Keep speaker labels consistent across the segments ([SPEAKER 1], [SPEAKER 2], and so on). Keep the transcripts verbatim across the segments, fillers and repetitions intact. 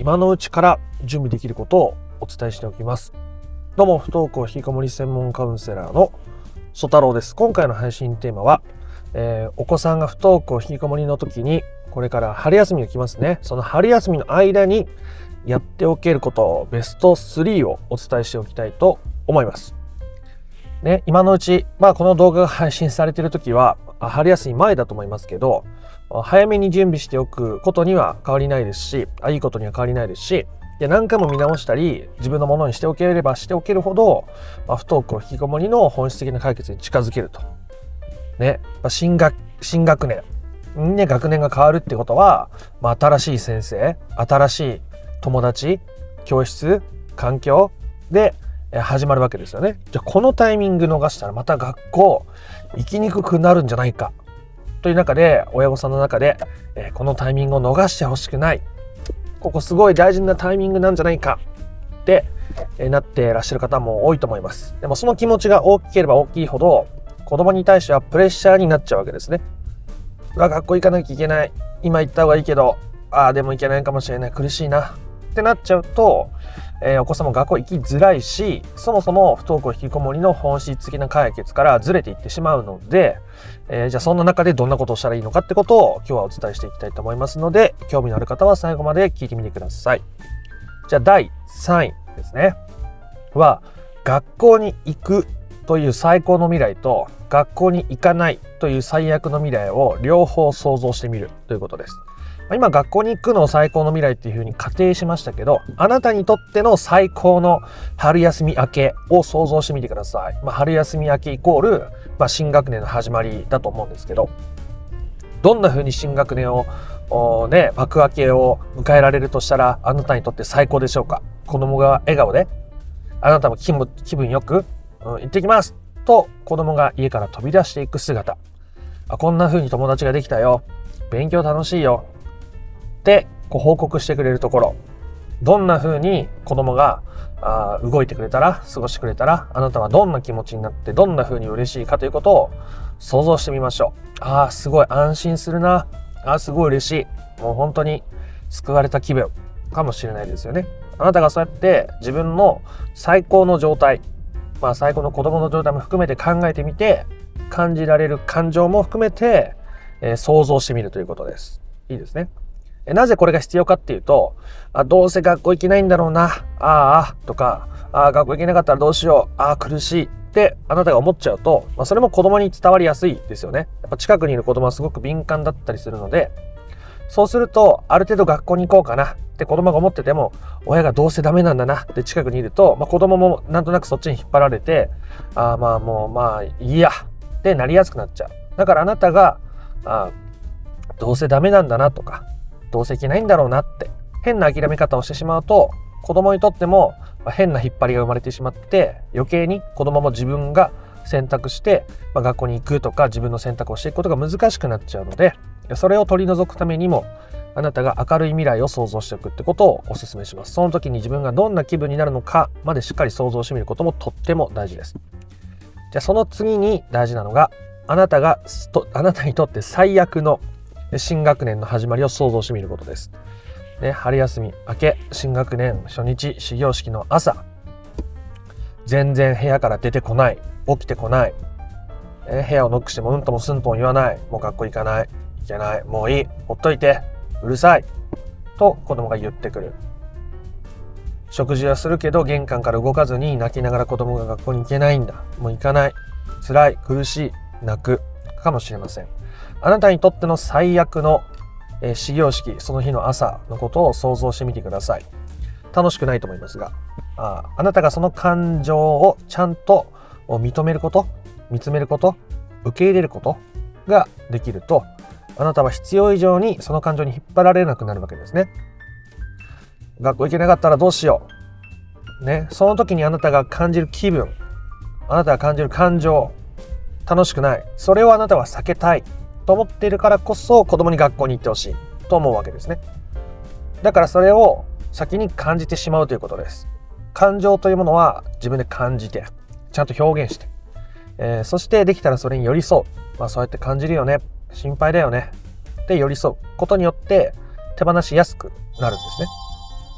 [SPEAKER 1] 今のうちから準備できることをお伝えしておきます。どうも、不登校引きこもり専門カウンセラーの曽太郎です。今回の配信テーマは、えー、お子さんが不登校引きこもりの時に、これから春休みが来ますね。その春休みの間にやっておけることベストスリーをお伝えしておきたいと思います。ね、今のうち、まあこの動画が配信されている時は春休み前だと思いますけど、早めに準備しておくことには変わりないですし、あいいことには変わりないですし、で何回も見直したり自分のものにしておければしておけるほど、まあ、不登校引きこもりの本質的な解決に近づけると。ね、まあ、新学新学年ね、学年が変わるってことは、まあ、新しい先生、新しい友達、教室、環境で始まるわけですよね。じゃあこのタイミング逃したらまた学校行きにくくなるんじゃないかという中で、親御さんの中で、えー、このタイミングを逃してほしくない、ここすごい大事なタイミングなんじゃないかって、えー、なっていらっしゃる方も多いと思います。でもその気持ちが大きければ大きいほど子供に対してはプレッシャーになっちゃうわけですね。あ、学校行かなきゃいけない、今行った方がいいけど、ああでも行けないかもしれない、苦しいなってなっちゃうと、えー、お子さんも学校行きづらいし、そもそも不登校引きこもりの本質的な解決からずれていってしまうので、えー、じゃあそんな中でどんなことをしたらいいのかってことを今日はお伝えしていきたいと思いますので、興味のある方は最後まで聞いてみてください。じゃあだいさんいですねは、学校に行くという最高の未来と学校に行かないという最悪の未来を両方想像してみるということです。今学校に行くのを最高の未来っていうふうに仮定しましたけど、あなたにとっての最高の春休み明けを想像してみてください。まあ、春休み明けイコール、まあ、新学年の始まりだと思うんですけど、どんなふうに新学年をね、幕開けを迎えられるとしたらあなたにとって最高でしょうか。子供が笑顔で、あなたも気分、気分よく、うん、行ってきますと子供が家から飛び出していく姿、あ、こんなふうに友達ができたよ、勉強楽しいよってこう報告してくれるところ、どんな風に子供があ動いてくれたら、過ごしてくれたら、あなたはどんな気持ちになってどんな風に嬉しいかということを想像してみましょう。ああすごい安心するな、ああすごい嬉しい、もう本当に救われた気分かもしれないですよね。あなたがそうやって自分の最高の状態、まあ最高の子供の状態も含めて考えてみて、感じられる感情も含めて、えー、想像してみるということです。いいですね。なぜこれが必要かっていうと、あ、どうせ学校行けないんだろうな、ああとか、あ学校行けなかったらどうしよう、あ苦しいってあなたが思っちゃうと、まあ、それも子供に伝わりやすいですよね。やっぱ近くにいる子供はすごく敏感だったりするので、そうするとある程度学校に行こうかなって子供が思ってても、親がどうせダメなんだなって近くにいると、まあ、子供もなんとなくそっちに引っ張られて、あまあもうまあいいやってなりやすくなっちゃう。だからあなたがあどうせダメなんだなとか、どうせいけないんだろうなって変な諦め方をしてしまうと、子供にとっても変な引っ張りが生まれてしまって、余計に子供も自分が選択して、まあ、学校に行くとか自分の選択をしていくことが難しくなっちゃうので、それを取り除くためにもあなたが明るい未来を想像しておくってことをお勧めします。その時に自分がどんな気分になるのかまでしっかり想像してみることもとっても大事です。じゃあその次に大事なのが、あなたがあなたにとって最悪の新学年の始まりを想像してみることです。ね、春休み明け、新学年初日始業式の朝、全然部屋から出てこない、起きてこない、え部屋をノックしてもうんともすんとも言わない、もう学校行かない、行けない、もういい、ほっといて、うるさいと子供が言ってくる。食事はするけど玄関から動かずに泣きながら子供が学校に行けないんだ、もう行かない、辛い、苦しい、泣くかもしれません。あなたにとっての最悪の、えー、始業式、その日の朝のことを想像してみてください。楽しくないと思いますが、あ、あなたがその感情をちゃんと認めること、見つめること、受け入れることができると、あなたは必要以上にその感情に引っ張られなくなるわけですね。学校行けなかったらどうしよう。ね、その時にあなたが感じる気分、あなたが感じる感情、楽しくない、それをあなたは避けたいと思っているからこそ、子供に学校に行ってほしいと思うわけですね。だからそれを先に感じてしまうということです。感情というものは自分で感じて、ちゃんと表現して、えー、そしてできたらそれに寄り添う、まあ、そうやって感じるよね、心配だよねって寄り添うことによって手放しやすくなるんですね。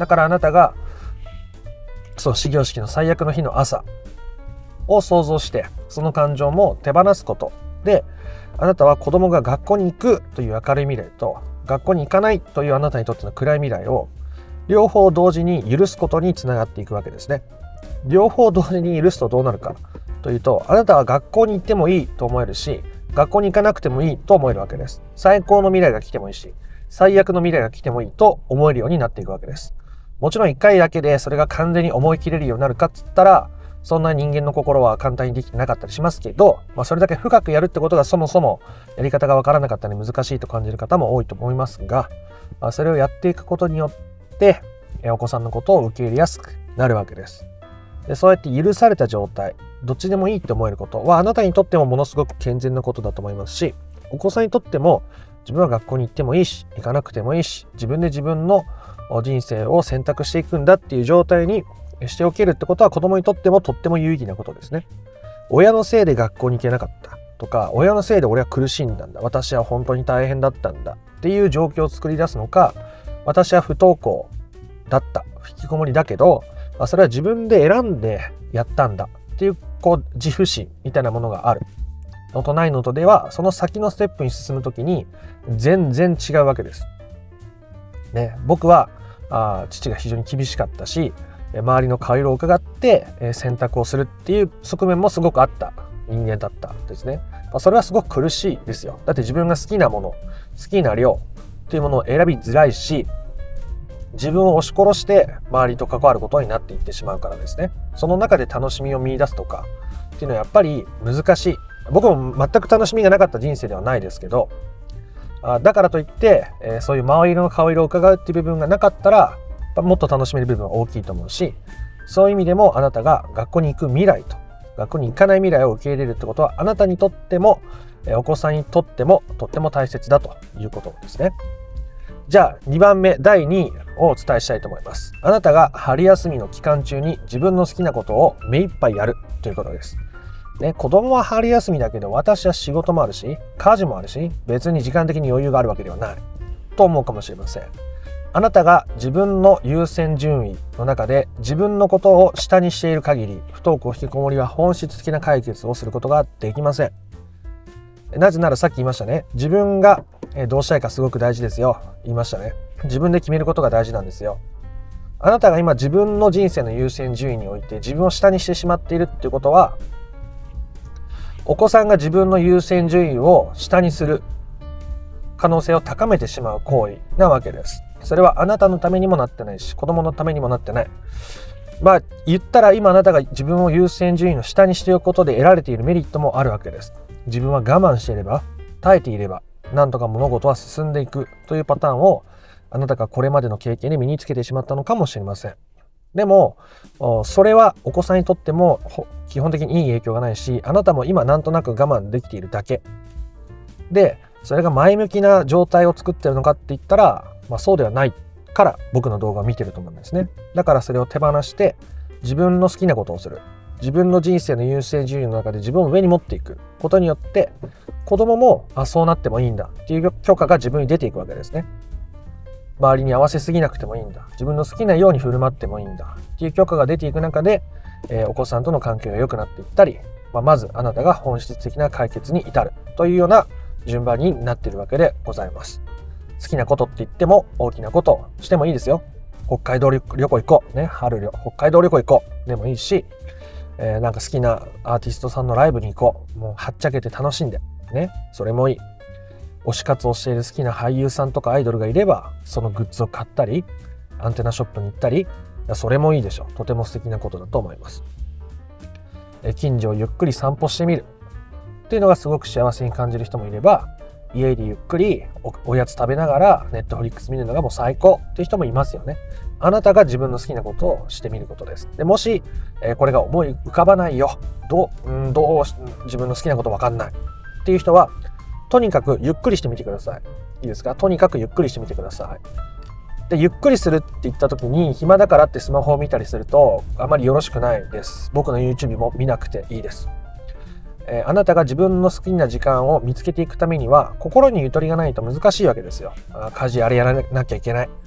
[SPEAKER 1] だからあなたがその始業式の最悪の日の朝を想像して、その感情も手放すことで、あなたは子供が学校に行くという明るい未来と、学校に行かないというあなたにとっての暗い未来を両方同時に許すことにつながっていくわけですね。両方同時に許すとどうなるかというと、あなたは学校に行ってもいいと思えるし、学校に行かなくてもいいと思えるわけです。最高の未来が来てもいいし、最悪の未来が来てもいいと思えるようになっていくわけです。もちろんいっかいだけでそれが完全に思い切れるようになるかっつったら、そんな人間の心は簡単にできてなかったりしますけど、まあ、それだけ深くやるってことがそもそもやり方がわからなかったり難しいと感じる方も多いと思いますが、まあ、それをやっていくことによってお子さんのことを受け入れやすくなるわけです。で、そうやって許された状態、どっちでもいいって思えることはあなたにとってもものすごく健全なことだと思いますし、お子さんにとっても自分は学校に行ってもいいし、行かなくてもいいし、自分で自分の人生を選択していくんだっていう状態にしておけるってことは、子供にとってもとっても有意義なことですね。親のせいで学校に行けなかったとか、親のせいで俺は苦しんだんだ、私は本当に大変だったんだっていう状況を作り出すのか、私は不登校だった、引きこもりだけど、まあ、それは自分で選んでやったんだっていう、こう自負心みたいなものがあるのとないのとでは、その先のステップに進むときに全然違うわけです。ね、僕はあ父が非常に厳しかったし、周りの顔色を伺って選択をするっていう側面もすごくあった人間だったですね。まあ、それはすごく苦しいですよ。だって自分が好きなもの、好きな量っていうものを選びづらいし、自分を押し殺して周りと関わることになっていってしまうからですね。その中で楽しみを見出すとかっていうのはやっぱり難しい。僕も全く楽しみがなかった人生ではないですけど、あだからといって、えー、そういう周りの顔色を伺うっていう部分がなかったら、もっと楽しめる部分は大きいと思うし、そういう意味でもあなたが学校に行く未来と学校に行かない未来を受け入れるってことは、あなたにとってもお子さんにとってもとっても大切だということですね。じゃあにばんめ、だいにいをお伝えしたいと思います。あなたが春休みの期間中に自分の好きなことを目いっぱいやるということです。ね、子供は春休みだけど私は仕事もあるし家事もあるし、別に時間的に余裕があるわけではないと思うかもしれません。あなたが自分の優先順位の中で自分のことを下にしている限り、不登校引きこもりは本質的な解決をすることができません。なぜならさっき言いましたね。自分がどうしたいかすごく大事ですよ。言いましたね。自分で決めることが大事なんですよ。あなたが今自分の人生の優先順位において自分を下にしてしまっているっていうことは、お子さんが自分の優先順位を下にする可能性を高めてしまう行為なわけです。それはあなたのためにもなってないし、子供のためにもなってない。まあ言ったら今あなたが自分を優先順位の下にしておくことで得られているメリットもあるわけです。自分は我慢していれば、耐えていれば、なんとか物事は進んでいくというパターンをあなたがこれまでの経験で身につけてしまったのかもしれません。でもそれはお子さんにとっても基本的にいい影響がないし、あなたも今なんとなく我慢できているだけで、それが前向きな状態を作ってるのかって言ったら、まあ、そうではないから僕の動画を見てると思うんですね。だからそれを手放して自分の好きなことをする、自分の人生の優先順位の中で自分を上に持っていくことによって、子供もあそうなってもいいんだっていう許可が自分に出ていくわけですね。周りに合わせすぎなくてもいいんだ、自分の好きなように振る舞ってもいいんだっていう許可が出ていく中で、えー、お子さんとの関係が良くなっていったり、まあ、まずあなたが本質的な解決に至るというような順番になっているわけでございます。好きなことって言っても大きなことをしてもいいですよ。北海道旅行行こうね、春旅北海道旅行行こうでもいいし、えー、なんか好きなアーティストさんのライブに行こう、もうはっちゃけて楽しんでね、それもいい。推し活をしている好きな俳優さんとかアイドルがいれば、そのグッズを買ったりアンテナショップに行ったり、それもいいでしょう。とても素敵なことだと思います。え近所をゆっくり散歩してみるっていうのがすごく幸せに感じる人もいれば、家でゆっくり お, おやつ食べながらネットフリックス見るのがもう最高っていう人もいますよね。あなたが自分の好きなことをしてみることです。でもし、えー、これが思い浮かばないよ、どう、うん、どう自分の好きなこと分かんないっていう人は、とにかくゆっくりしてみてください。いいですか？とにかくゆっくりしてみてください。で、ゆっくりするって言った時に暇だからってスマホを見たりするとあまりよろしくないです。僕の YouTube も見なくていいです。えー、あなたが自分の好きな時間を見つけていくためには心にゆとりがないと難しいわけですよ。あ、家事あれやらなきゃいけない、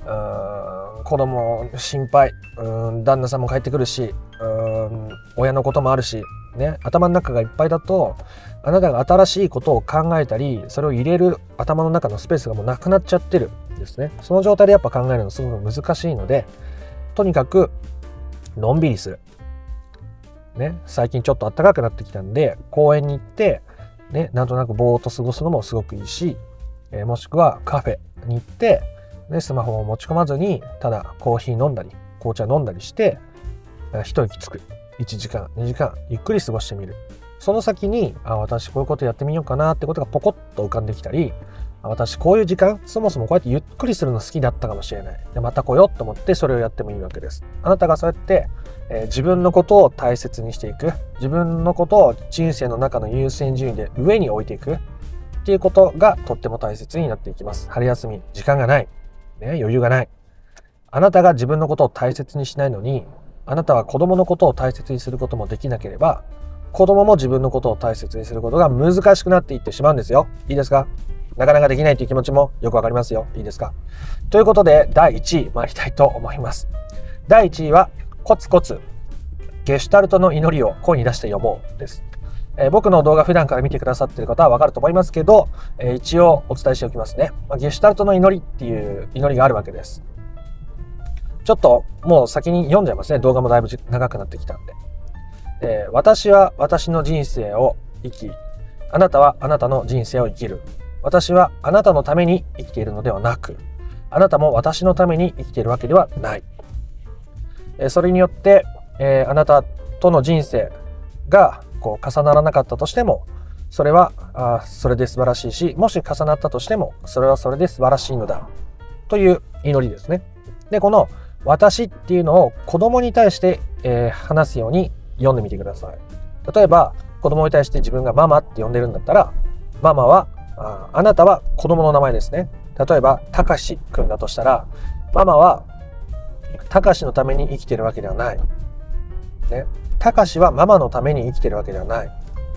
[SPEAKER 1] ーん子供心配、うーん旦那さんも帰ってくるし、うーん親のこともあるし、ね、頭の中がいっぱいだと、あなたが新しいことを考えたり、それを入れる頭の中のスペースがもうなくなっちゃってるんですね。その状態でやっぱ考えるのすごく難しいので、とにかくのんびりする。ね、最近ちょっと暖かくなってきたんで、公園に行って、ね、なんとなくぼーっと過ごすのもすごくいいし、えー、もしくはカフェに行って、ね、スマホを持ち込まずに、ただコーヒー飲んだり、紅茶飲んだりして、一息つく。いちじかん、にじかん、ゆっくり過ごしてみる。その先に、あ、私こういうことやってみようかなってことがポコッと浮かんできたり、私こういう時間、そもそもこうやってゆっくりするの好きだったかもしれない。で、また来ようと思ってそれをやってもいいわけです。あなたがそうやって、えー、自分のことを大切にしていく。自分のことを人生の中の優先順位で上に置いていく。っていうことがとっても大切になっていきます。春休み、時間がない。ね、余裕がない。あなたが自分のことを大切にしないのに、あなたは子供のことを大切にすることもできなければ、子供も自分のことを大切にすることが難しくなっていってしまうんですよ。いいですか？なかなかできないという気持ちもよくわかりますよ。いいですか？ということで、だいいちい参りたいと思います。だいいちいは、コツコツ、ゲシュタルトの祈りを声に出して読もうです。えー、僕の動画普段から見てくださっている方はわかると思いますけど、えー、一応お伝えしておきますね。まあ、ゲシュタルトの祈りっていう祈りがあるわけです。ちょっともう先に読んじゃいますね。動画もだいぶ長くなってきたんで。えー、私は私の人生を生き、あなたはあなたの人生を生きる。私はあなたのために生きているのではなく、あなたも私のために生きているわけではない。えー、それによって、えー、あなたとの人生がこう重ならなかったとしても、それはあそれで素晴らしいし、もし重なったとしても、それはそれで素晴らしいのだ。という祈りですね。で、この私っていうのを子供に対して、えー、話すように読んでみてください。例えば子供に対して自分がママって呼んでるんだったら、ママは あ, あなたは子供の名前ですね。例えばたかしくんだとしたら、ママはたかしのために生きてるわけではない。ね、たかしはママのために生きてるわけではない。ね、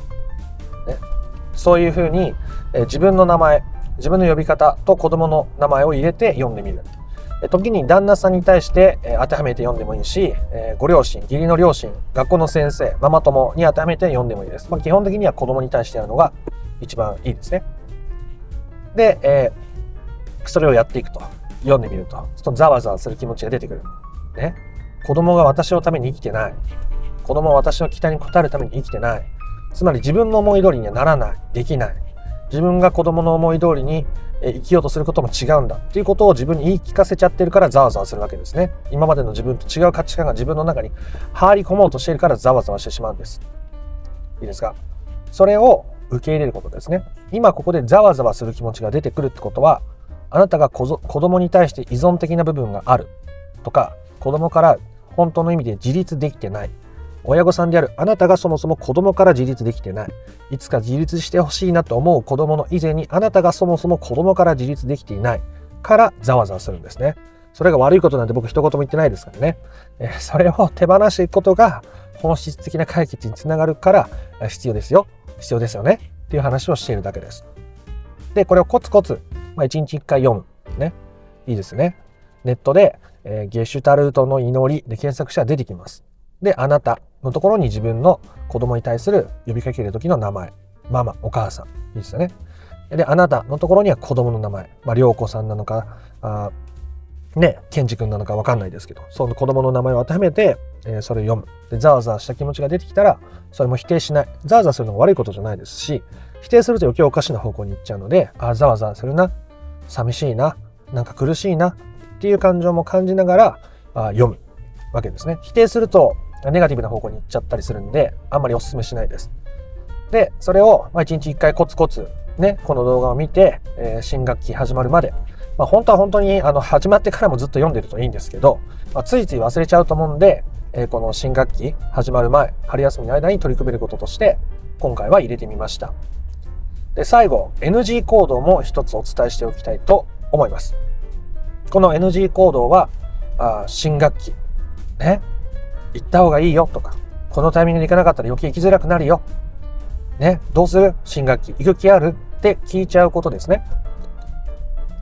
[SPEAKER 1] そういうふうに、えー、自分の名前、自分の呼び方と子供の名前を入れて読んでみる。時に旦那さんに対して、えー、当てはめて読んでもいいし、えー、ご両親、義理の両親、学校の先生、ママ友に当てはめて読んでもいいです。まあ、基本的には子供に対してやるのが一番いいですね。で、えー、それをやっていくと、読んでみると、ちょっとざわざわする気持ちが出てくる。ね、子供が私のために生きてない。子供は私の期待に応えるために生きてない。つまり自分の思い通りにはならない、できない。自分が子供の思い通りに生きようとすることも違うんだっていうことを自分に言い聞かせちゃってるからざわざわするわけですね。今までの自分と違う価値観が自分の中に入り込もうとしているからざわざわしてしまうんです。いいですか？それを受け入れることですね。今ここでざわざわする気持ちが出てくるってことは、あなたが子供に対して依存的な部分があるとか、子供から本当の意味で自立できてない。親御さんであるあなたがそもそも子供から自立できてない。いつか自立してほしいなと思う子供の以前に、あなたがそもそも子供から自立できていないからざわざわするんですね。それが悪いことなんて僕一言も言ってないですからね。えー、それを手放していくことが本質的な解決につながるから必要ですよ。必要ですよね。っていう話をしているだけです。で、これをコツコツ、まあ、いちにちいっかい読む。ね。いいですね。ネットで、えー、ゲシュタルトの祈りで検索したら出てきます。で、あなたのところに自分の子供に対する呼びかける時の名前、ママ、お母さん、いいですよね。で、あなたのところには子供の名前、まあ、涼子さんなのか、あね、ケンジ君なのか分かんないですけど、その子供の名前を当てはめて、えー、それを読む。で、ざわざわした気持ちが出てきたら、それも否定しない。ざわざわするのが悪いことじゃないですし、否定すると余計おかしな方向に行っちゃうので、あ、ざわざわするな、寂しいな、なんか苦しいなっていう感情も感じながらあ読むわけですね。否定するとネガティブな方向に行っちゃったりするんで、あんまりお勧めしないです。で、それをいちにちいっかいコツコツね、この動画を見て、えー、新学期始まるまで、まあ、本当は本当にあの始まってからもずっと読んでるといいんですけど、まあ、ついつい忘れちゃうと思うんで、えー、この新学期始まる前、春休みの間に取り組めることとして今回は入れてみました。で、最後 エヌジー 行動も一つお伝えしておきたいと思います。この エヌジー 行動はあ新学期ね、行った方がいいよとか、このタイミングで行かなかったら余計行きづらくなるよ。ね、どうする？新学期行く気ある？って聞いちゃうことですね。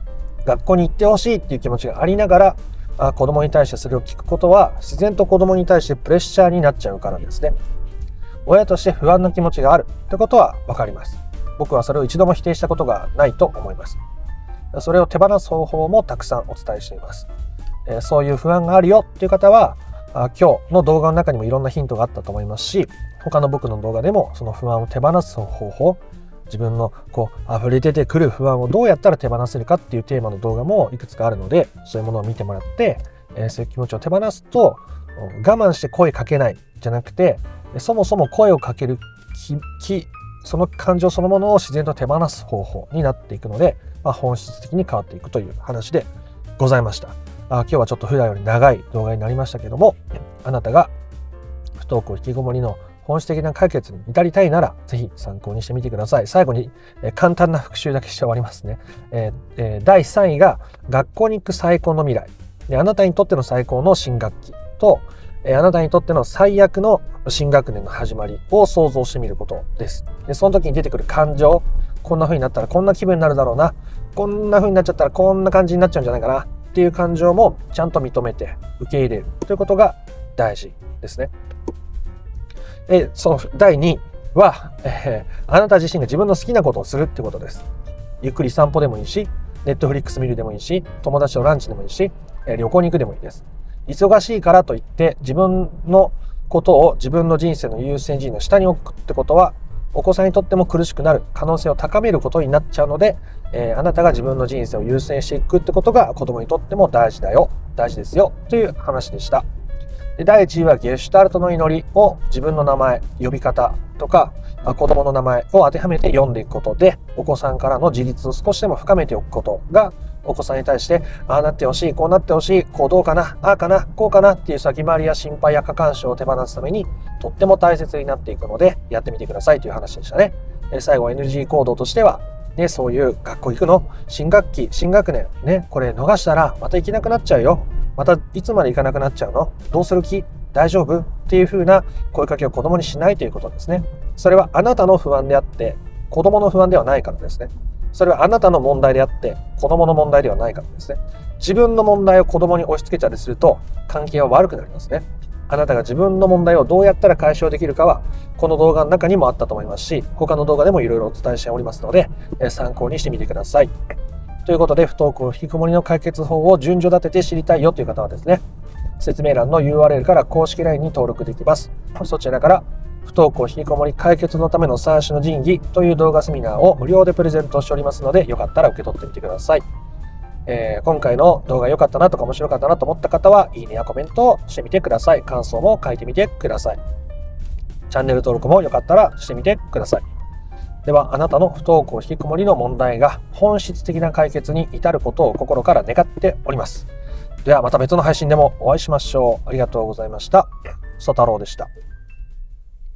[SPEAKER 1] 学校に行ってほしいっていう気持ちがありながらあ子供に対してそれを聞くことは自然と子供に対してプレッシャーになっちゃうからですね。親として不安な気持ちがあるってことは分かります。僕はそれを一度も否定したことがないと思います。それを手放す方法もたくさんお伝えしています。えー、そういう不安があるよっていう方はあ今日の動画の中にもいろんなヒントがあったと思いますし、他の僕の動画でもその不安を手放す方法、自分のこう溢れ出てくる不安をどうやったら手放せるかっていうテーマの動画もいくつかあるので、そういうものを見てもらって、えー、そういう気持ちを手放すと我慢して声かけないじゃなくて、そもそも声をかける気、その感情そのものを自然と手放す方法になっていくので、まあ、本質的に変わっていくという話でございました。あ今日はちょっと普段より長い動画になりましたけども、あなたが不登校引きこもりの本質的な解決に至りたいならぜひ参考にしてみてください。最後に、えー、簡単な復習だけして終わりますね。えーえー、だいさんいが学校に行く最高の未来で、あなたにとっての最高の新学期と、えー、あなたにとっての最悪の新学年の始まりを想像してみることです。でその時に出てくる感情、こんな風になったらこんな気分になるだろうな、こんな風になっちゃったらこんな感じになっちゃうんじゃないかなっていう感情もちゃんと認めて受け入れるということが大事ですね。でそのだいには、えー、あなた自身が自分の好きなことをするってことです。ゆっくり散歩でもいいし、ネットフリックス見るでもいいし、友達とランチでもいいし、えー、旅行に行くでもいいです。忙しいからといって自分のことを自分の人生の優先順位の下に置くってことはお子さんにとっても苦しくなる可能性を高めることになっちゃうので、えー、あなたが自分の人生を優先していくってことが子供にとっても大事だよ、大事ですよという話でした。でだいいちいはゲシュタルトの祈りを自分の名前、呼び方とか子供の名前を当てはめて読んでいくことでお子さんからの自立を少しでも深めておくことがお子さんに対してああなってほしい、こうなってほしい、こうどうかな、ああかな、こうかなっていう先回りや心配や過干渉を手放すためにとっても大切になっていくのでやってみてくださいという話でしたね。最後 エヌジー 行動としてはね、そういう学校行くの新学期新学年ね、これ逃したらまた行けなくなっちゃうよ、またいつまで行かなくなっちゃうの、どうする気、大丈夫っていう風な声かけを子供にしないということですね。それはあなたの不安であって子供の不安ではないからですね。それはあなたの問題であって子供の問題ではないからですね。自分の問題を子供に押し付けたりすると関係は悪くなりますね。あなたが自分の問題をどうやったら解消できるかはこの動画の中にもあったと思いますし、他の動画でもいろいろお伝えしておりますので参考にしてみてください。ということで不登校引きこもりの解決法を順序立てて知りたいよという方はですね、説明欄の ユーアールエル から公式 ライン に登録できます。そちらから不登校引きこもり解決のためのさん種の神器という動画セミナーを無料でプレゼントしておりますので、よかったら受け取ってみてください。えー、今回の動画良かったなとか面白かったなと思った方は、いいねやコメントをしてみてください。感想も書いてみてください。チャンネル登録もよかったらしてみてください。では、あなたの不登校引きこもりの問題が本質的な解決に至ることを心から願っております。ではまた別の配信でもお会いしましょう。ありがとうございました。ソ太郎でした。